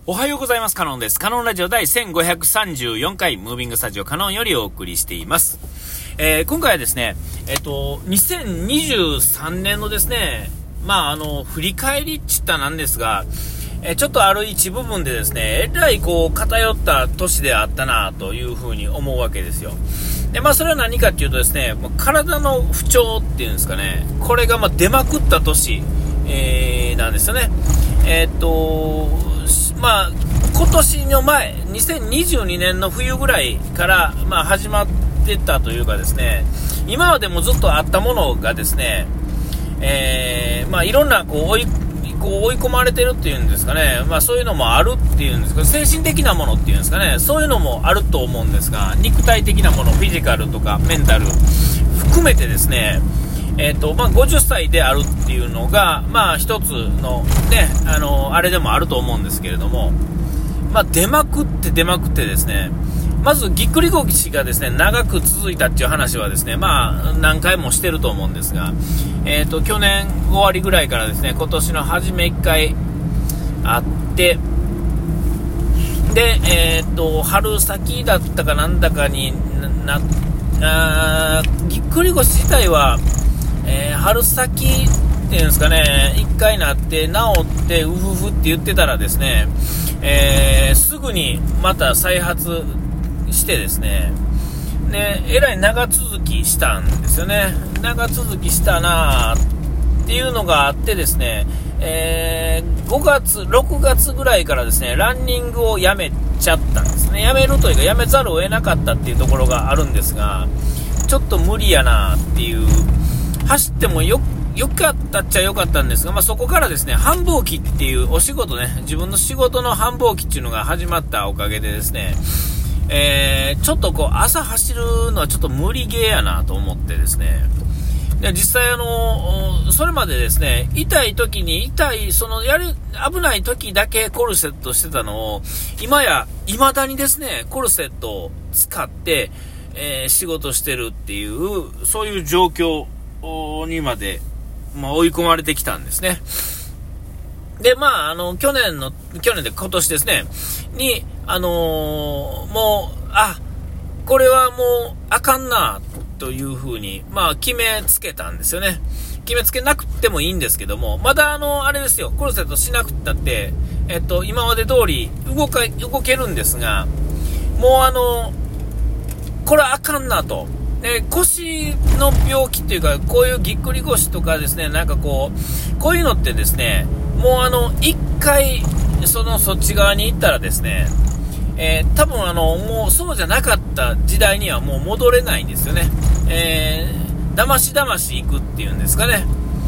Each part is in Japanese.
おはようございます。カノンです。カノンラジオ第1534回ムービングスタジオカノンよりお送りしています。今回はですね、2023年のですね、振り返りっちったなんですが、ちょっとある一部分でですね、えらい偏った年であったなというふうに思うわけですよ。で、それは何かっていうとですね、体の不調っていうんですかね、これが出まくった年、なんですよね。今年の前、2022年の冬ぐらいから、始まってたというかですね、今までもずっとあったものがですね、いろんな追い込まれてるっていうんですかね、そういうのもあるっていうんですか、精神的なものっていうんですかね、そういうのもあると思うんですが、肉体的なもの、フィジカルとかメンタル含めてですね、50歳であるっていうのが、一つのね、あれでもあると思うんですけれども、出まくってですね、まずぎっくり腰がですね、長く続いたっていう話はですね、何回もしてると思うんですが、去年終わりぐらいからですね、今年の初め1回あって、で、春先だったかなんだかにぎっくり腰自体は、春先っていうんですかね、1回なって治ってうふふって言ってたらですね、すぐにまた再発してですね、でえらい長続きしたんですよね。長続きしたなっていうのがあってですね、5月6月ぐらいからですね、ランニングをやめちゃったんですね。やめるというかやめざるを得なかったっていうところがあるんですが、ちょっと無理やなっていう、走ってもよかったっちゃよかったんですが、そこからですね、繁忙期っていうお仕事ね、自分の仕事の繁忙期っていうのが始まったおかげでですね、ちょっと朝走るのはちょっと無理ゲーやなと思ってですね、で実際それまでですね、痛い時に危ない時だけコルセットしてたのを、未だにですね、コルセットを使って、仕事してるっていう、そういう状況にまで、追い込まれてきたんですね。で、去年で今年ですね、に、これはもうあかんな、というふうに、決めつけたんですよね。決めつけなくてもいいんですけども、まだあれですよ、コルセットしなくったって、今まで通り動けるんですが、もうこれはあかんなと。腰の病気っていうか、こういうぎっくり腰とかですね、こういうのってですね、もう一回そっち側に行ったらですね、多分もうそうじゃなかった時代にはもう戻れないんですよね。だまし行くっていうんですかね。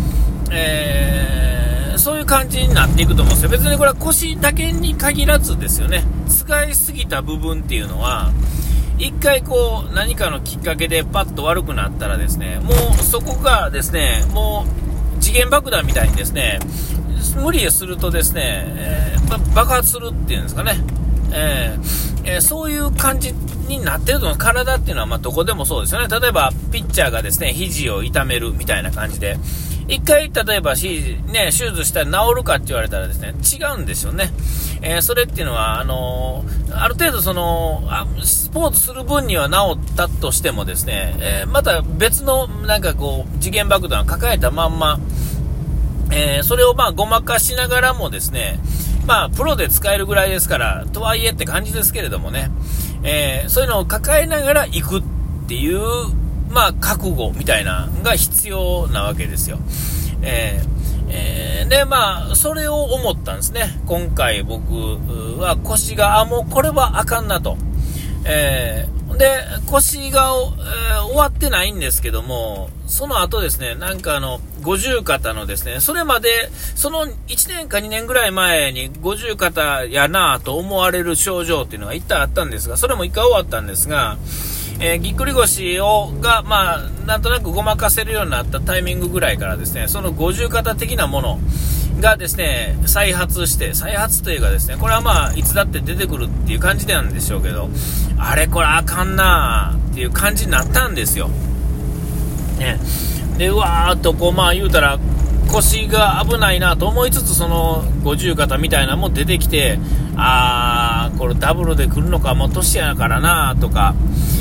そういう感じになっていくと思うんですよ。別にこれは腰だけに限らずですよね。使いすぎた部分っていうのは、一回何かのきっかけでパッと悪くなったらですね、もうそこがですね、もう時限爆弾みたいにですね、無理するとですね、爆発するっていうんですかね。そういう感じになってると、体っていうのはどこでもそうですよね。例えばピッチャーがですね、肘を痛めるみたいな感じで、一回例えば手術したら治るかって言われたらですね、違うんですよね。それっていうのはある程度スポーツする分には治ったとしてもですね、また別の時限爆弾を抱えたまんま、それをごまかしながらもですね、プロで使えるぐらいですから、とはいえって感じですけれどもね、そういうのを抱えながら行くっていう、覚悟みたいなのが必要なわけですよ。で、それを思ったんですね。今回僕は腰が、もうこれはあかんなと。で、腰が、終わってないんですけども、その後ですね、五十肩のですね、それまで、その1年か2年ぐらい前に五十肩やなと思われる症状っていうのが一旦あったんですが、それも一回終わったんですが、ぎっくり腰が、なんとなくごまかせるようになったタイミングぐらいからですね、その五十肩的なものがですね、再発というかですね、これはいつだって出てくるっていう感じなんでしょうけど、これあかんなっていう感じになったんですよ。ね。で、うわーっと言うたら、 腰が危ないなと思いつつ、その五十肩みたいなのも出てきて、これダブルで来るのか、もう年やからなとか、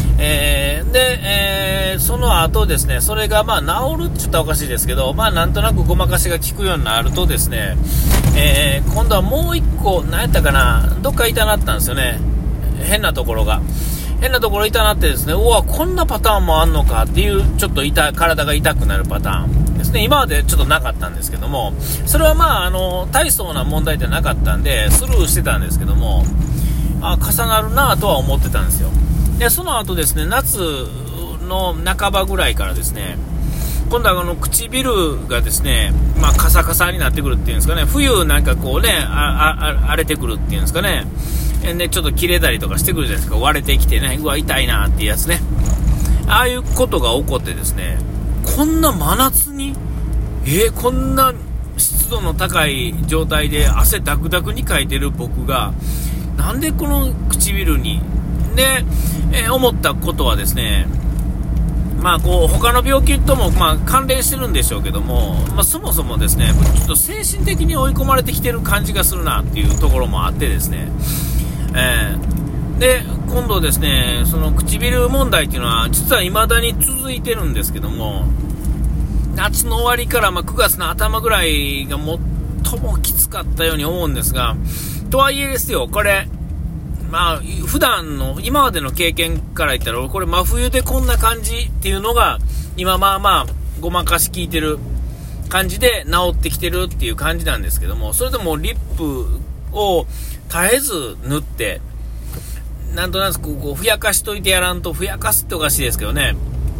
その後ですね、それが治るって言ったらおかしいですけど、なんとなくごまかしが効くようになるとですね、今度はもう一個、何やったかな、どっか痛なったんですよね。変なところ痛なってですね、こんなパターンもあんのかっていう、ちょっと体が痛くなるパターンですね。今までちょっとなかったんですけども、それは大層な問題でなかったんで、スルーしてたんですけども、重なるなとは思ってたんですよ。で、その後ですね、夏の半ばぐらいからですね、今度は唇がですね、カサカサになってくるっていうんですかね、冬なんかこうね、荒れてくるっていうんですかね、でちょっと切れたりとかしてくるじゃないですか。割れてきてね、痛いなっていうやつね。ああいうことが起こってですね、こんな真夏にこんな湿度の高い状態で汗ダクダクにかいてる僕がなんでこの唇にで、思ったことはですね、他の病気とも関連してるんでしょうけども、そもそもですね、ちょっと精神的に追い込まれてきてる感じがするなっていうところもあってですね、で今度ですね、その唇問題っていうのは実は未だに続いてるんですけども、夏の終わりから9月の頭ぐらいが最もきつかったように思うんですが、とはいえですよ、これ普段の今までの経験から言ったら、これ真冬でこんな感じっていうのが今ごまかし効いてる感じで治ってきてるっていう感じなんですけども、それでもリップを絶えず塗って、なんとなくこうふやかしといてやらんと、ふやかすっておかしいですけどね、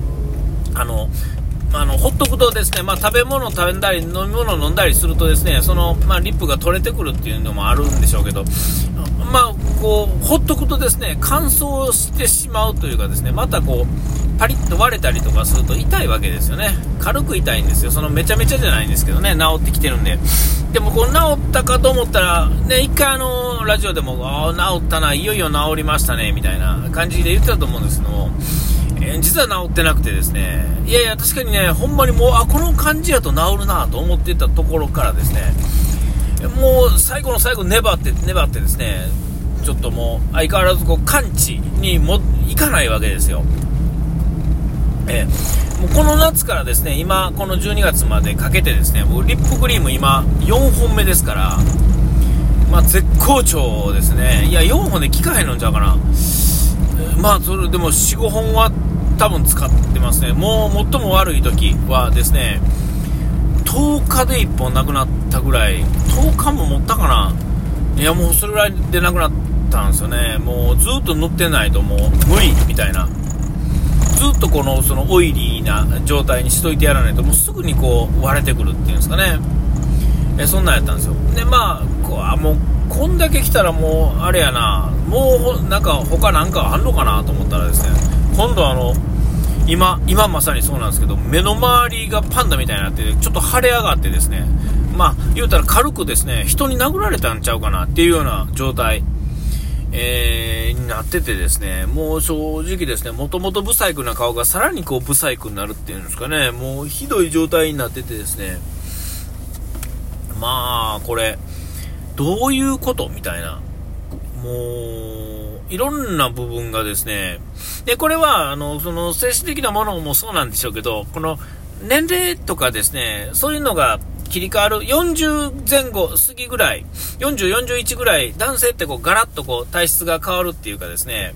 ほっとくとですね、食べ物食べたり飲み物飲んだりするとですね、その、リップが取れてくるっていうのもあるんでしょうけど、こうほっとくとですね、乾燥してしまうというかですね、またこうパリッと割れたりとかすると痛いわけですよね。軽く痛いんですよ。そのめちゃめちゃじゃないんですけどね、治ってきてるんで。でもこう治ったかと思ったらね、一回ラジオでも治ったな、いよいよ治りましたねみたいな感じで言ってたと思うんですけども、実は治ってなくてですね、いや確かにね、ほんまにもうこの感じやと治るなと思ってたところからですね、もう最後の最後粘ってですね、ちょっともう相変わらずこう完治にもいかないわけですよ。もうこの夏からですね、今この12月までかけてですね、僕リップクリーム今4本目ですから、絶好調ですね。いや4本で効かへんのんちゃうかな。それでも 4,5 本は多分使ってますね。もう最も悪い時はですね、10日で1本なくなったぐらい、10日も持ったかな。いやもうそれぐらいでなくなったんですよね。もうずっと塗ってないともう無理みたいな、ずっとそのオイリーな状態にしといてやらないともうすぐにこう割れてくるっていうんですかね。そんなんやったんですよ。でもうこんだけ来たらもうあれやな、もうなんか他なんかあんのかなと思ったらですね、今度今まさにそうなんですけど、目の周りがパンダみたいになってちょっと腫れ上がってですね、言うたら軽くですね、人に殴られたんちゃうかなっていうような状態、になっててですね、もう正直ですね、もともとブサイクな顔がさらにこうブサイクになるっていうんですかね、もうひどい状態になっててですね、これどういうことみたいな、もういろんな部分がですね、でこれはその精神的なものもそうなんでしょうけど、この年齢とかですね、そういうのが切り替わる40前後過ぎぐらい、40、41ぐらい、男性ってこうガラッとこう体質が変わるっていうかですね、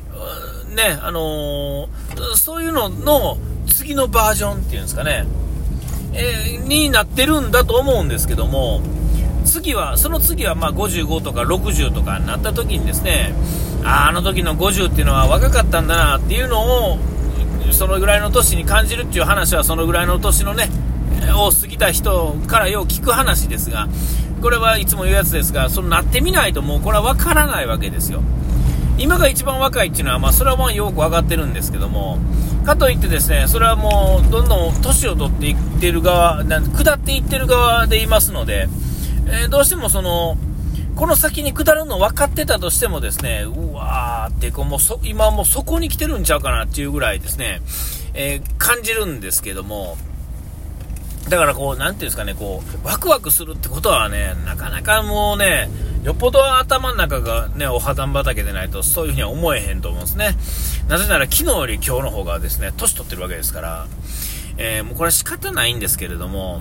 そういうのの次のバージョンっていうんですかね、になってるんだと思うんですけども、その次は55とか60とかになった時にですね、あの時の50っていうのは若かったんだなっていうのを、そのぐらいの年に感じるっていう話は、そのぐらいの年のねを過ぎた人からよう聞く話ですが、これはいつも言うやつですが、なってみないともうこれは分からないわけですよ。今が一番若いっていうのはそれはよく分かってるんですけども、かといってですね、それはもうどんどん年を取っていってる側、下っていってる側でいますので、どうしてもこの先に下るの分かってたとしてもですね、うわーって今もうそこに来てるんちゃうかなっていうぐらいですね、感じるんですけども、 だからこう、なんていうんですかね、こう、ワクワクするってことはね、なかなかもうね、よっぽど頭の中がね、お花畑でないとそういうふうには思えへんと思うんですね。なぜなら昨日より今日の方がですね、年取ってるわけですから、もうこれは仕方ないんですけれども、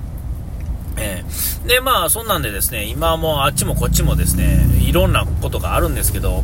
で、まあ、そんなんでですね、今はもうあっちもこっちもですね、いろんなことがあるんですけど、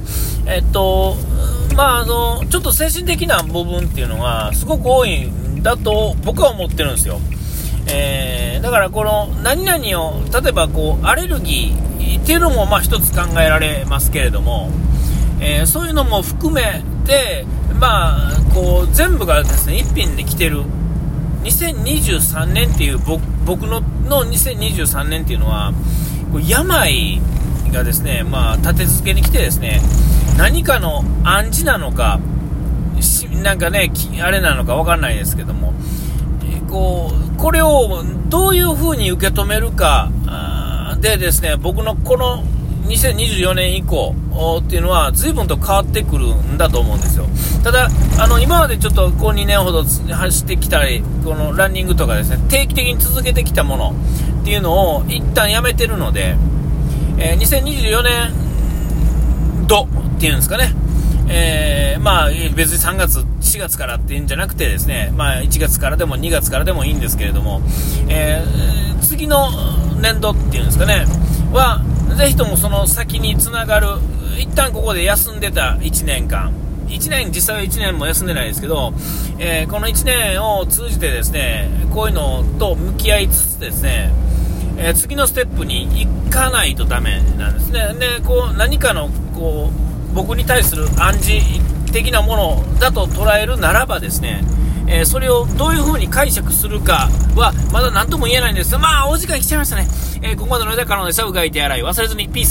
まあ、ちょっと精神的な部分っていうのがすごく多いんだと僕は思ってるんですよ。だからこの何々を、例えばこう、アレルギーっていうのもまあ一つ考えられますけれども、そういうのも含めて、まあ、こう、全部がですね、一品で来てる。2023年っていう僕の2023年っていうのは病がですね、まあ、立て続けに来てですね、何かの暗示なのかなんかね、あれなのか分かんないですけども、これをどういう風に受け止めるかでですね、僕のこの2024年以降っていうのは随分と変わってくるんだと思うんですよ。ただ今までちょっとこう2年ほど走ってきたり、このランニングとかですね、定期的に続けてきたものっていうのを一旦やめてるので、2024年度っていうんですかね、まあ別に3月4月からっていうんじゃなくてですね、まあ1月からでも2月からでもいいんですけれども、次の年度っていうんですかねはぜひともその先につながる、一旦ここで休んでた1年間、実際は1年も休んでないですけど、この1年を通じてですね、こういうのと向き合いつつですね、次のステップに行かないとダメなんですね。で、こう何かのこう僕に対する暗示的なものだと捉えるならばですね、それをどういう風に解釈するかはまだ何とも言えないんですが、まあお時間来ちゃいましたね。ここまでの間からの餌を書いて洗い忘れずにピース。